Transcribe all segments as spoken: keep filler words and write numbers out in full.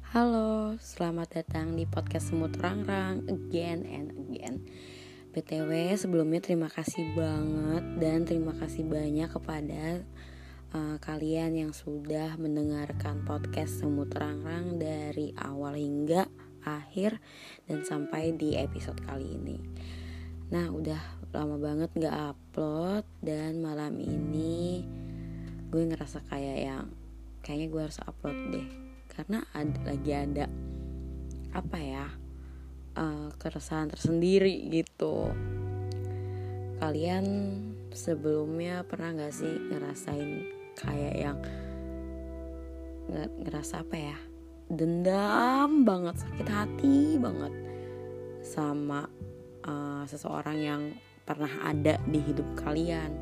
Halo, selamat datang di podcast Semut Rangrang again and again. B T W sebelumnya terima kasih banget dan terima kasih banyak kepada uh, kalian yang sudah mendengarkan podcast Semut Rangrang dari awal hingga akhir dan sampai di episode kali ini. Nah, udah lama banget gak upload dan malam ini gue ngerasa kayak yang kayaknya gue harus upload deh. Karena ada, lagi ada apa ya uh, keresahan tersendiri gitu. Kalian sebelumnya pernah gak sih ngerasain kayak yang ngerasa apa ya, dendam banget, sakit hati banget sama uh, seseorang yang pernah ada di hidup kalian?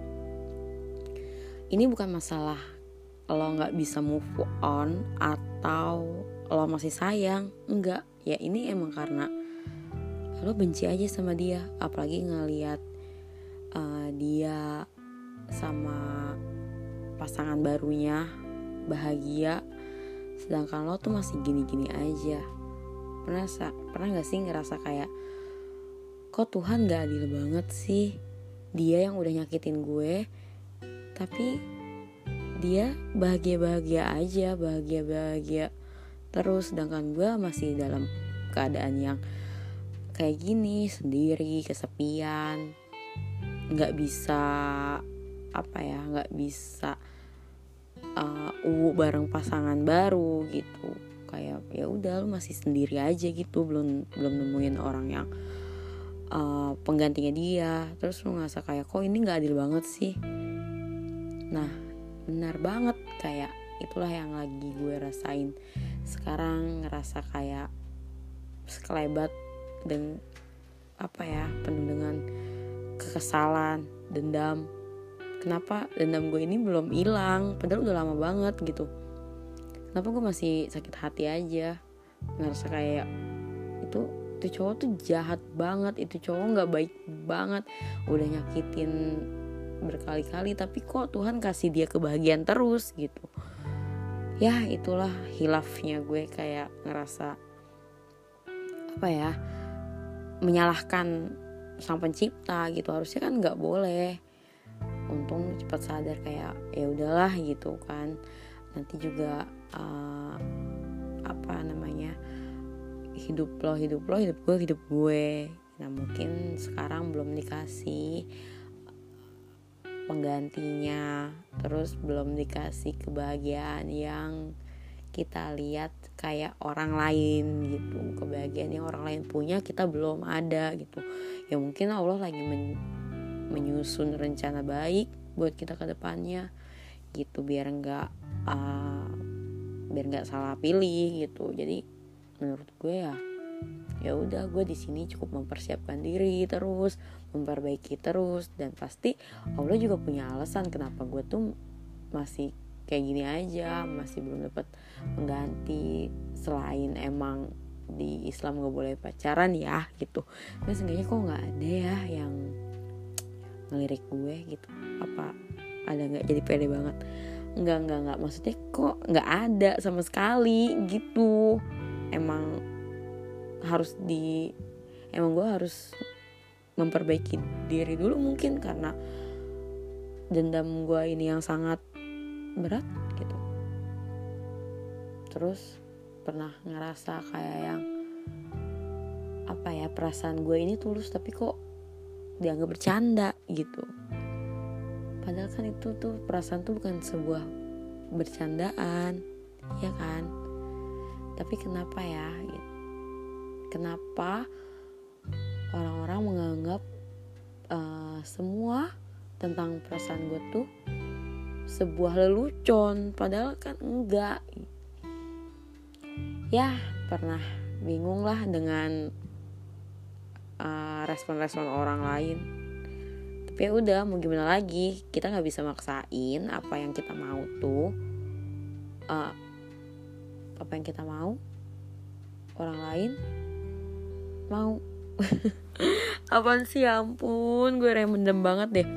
Ini bukan masalah lo gak bisa move on atau lo masih sayang, enggak. Ya ini emang karena lo benci aja sama dia. Apalagi ngelihat uh, dia sama pasangan barunya bahagia, sedangkan lo tuh masih gini-gini aja. Pernah, pernah gak sih ngerasa kayak, kok Tuhan gak adil banget sih? Dia yang udah nyakitin gue, tapi dia bahagia-bahagia aja, bahagia-bahagia terus, sedangkan gue masih dalam keadaan yang kayak gini, sendiri, kesepian, nggak bisa apa ya, nggak bisa uh, u bareng pasangan baru gitu. Kayak ya udah, lu masih sendiri aja gitu, belum belum nemuin orang yang uh, penggantinya dia. Terus lu ngerasa kayak, kok ini nggak adil banget sih? Nah, benar banget, kayak itulah yang lagi gue rasain sekarang. Ngerasa kayak sekelebat dan apa ya, penuh dengan kekesalan, dendam. Kenapa dendam gue ini belum hilang, padahal udah lama banget gitu. Kenapa gue masih sakit hati aja? Ngerasa kayak itu itu cowok tuh jahat banget, itu cowok nggak baik banget, udah nyakitin berkali-kali, tapi kok Tuhan kasih dia kebahagiaan terus gitu. Ya itulah hilafnya gue, kayak ngerasa apa ya, menyalahkan sang pencipta gitu. Harusnya kan nggak boleh. Untung cepat sadar kayak ya udahlah gitu kan. Nanti juga uh, apa namanya, hidup lo hidup lo hidup gue hidup gue. Nah mungkin sekarang belum dikasih penggantinya, terus belum dikasih kebahagiaan yang kita lihat kayak orang lain gitu. Kebahagiaan yang orang lain punya kita belum ada gitu. Ya mungkin Allah lagi men- menyusun rencana baik buat kita ke depannya gitu, biar nggak uh, biar nggak salah pilih gitu. Jadi menurut gue ya ya udah, gue di sini cukup mempersiapkan diri terus, memperbaiki terus, dan pasti Allah juga punya alasan kenapa gue tuh masih kayak gini aja, masih belum dapat pengganti. Selain emang di Islam gak boleh pacaran ya gitu, tapi seenggaknya kok nggak ada ya yang ngelirik gue gitu. Apa ada nggak? Jadi pede banget. Nggak nggak nggak maksudnya kok nggak ada sama sekali gitu. Emang harus di emang gue harus memperbaiki diri dulu mungkin, karena dendam gue ini yang sangat berat gitu. Terus pernah ngerasa kayak yang apa ya, perasaan gue ini tulus tapi kok dianggap bercanda gitu. Padahal kan itu tuh perasaan tuh bukan sebuah bercandaan, ya kan? Tapi kenapa ya gitu? Kenapa orang-orang menganggap uh, semua tentang perasaan gue tuh sebuah lelucon, padahal kan enggak. Ya pernah bingung lah dengan uh, respon-respon orang lain. Tapi ya udah, mau gimana lagi, kita nggak bisa maksain apa yang kita mau tuh. Uh, apa yang kita mau orang lain mau. Apaan sih, ya ampun, gue remendem banget deh.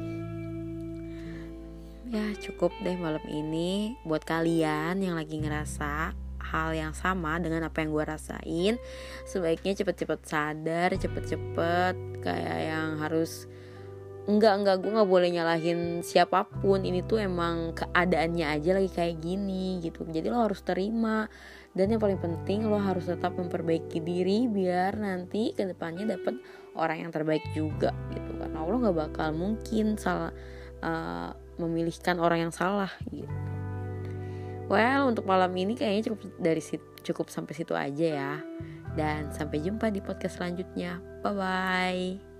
Ya cukup deh malam ini. Buat kalian yang lagi ngerasa hal yang sama dengan apa yang gue rasain, sebaiknya cepet-cepet sadar, cepet-cepet kayak yang harus enggak enggak gue nggak boleh nyalahin siapapun, ini tuh emang keadaannya aja lagi kayak gini gitu. Jadi lo harus terima, dan yang paling penting lo harus tetap memperbaiki diri biar nanti kedepannya dapet orang yang terbaik juga gitu. Karena lo nggak bakal mungkin salah uh, memilihkan orang yang salah gitu. Well, untuk malam ini kayaknya cukup dari situ, cukup sampai situ aja ya. Dan sampai jumpa di podcast selanjutnya. Bye bye.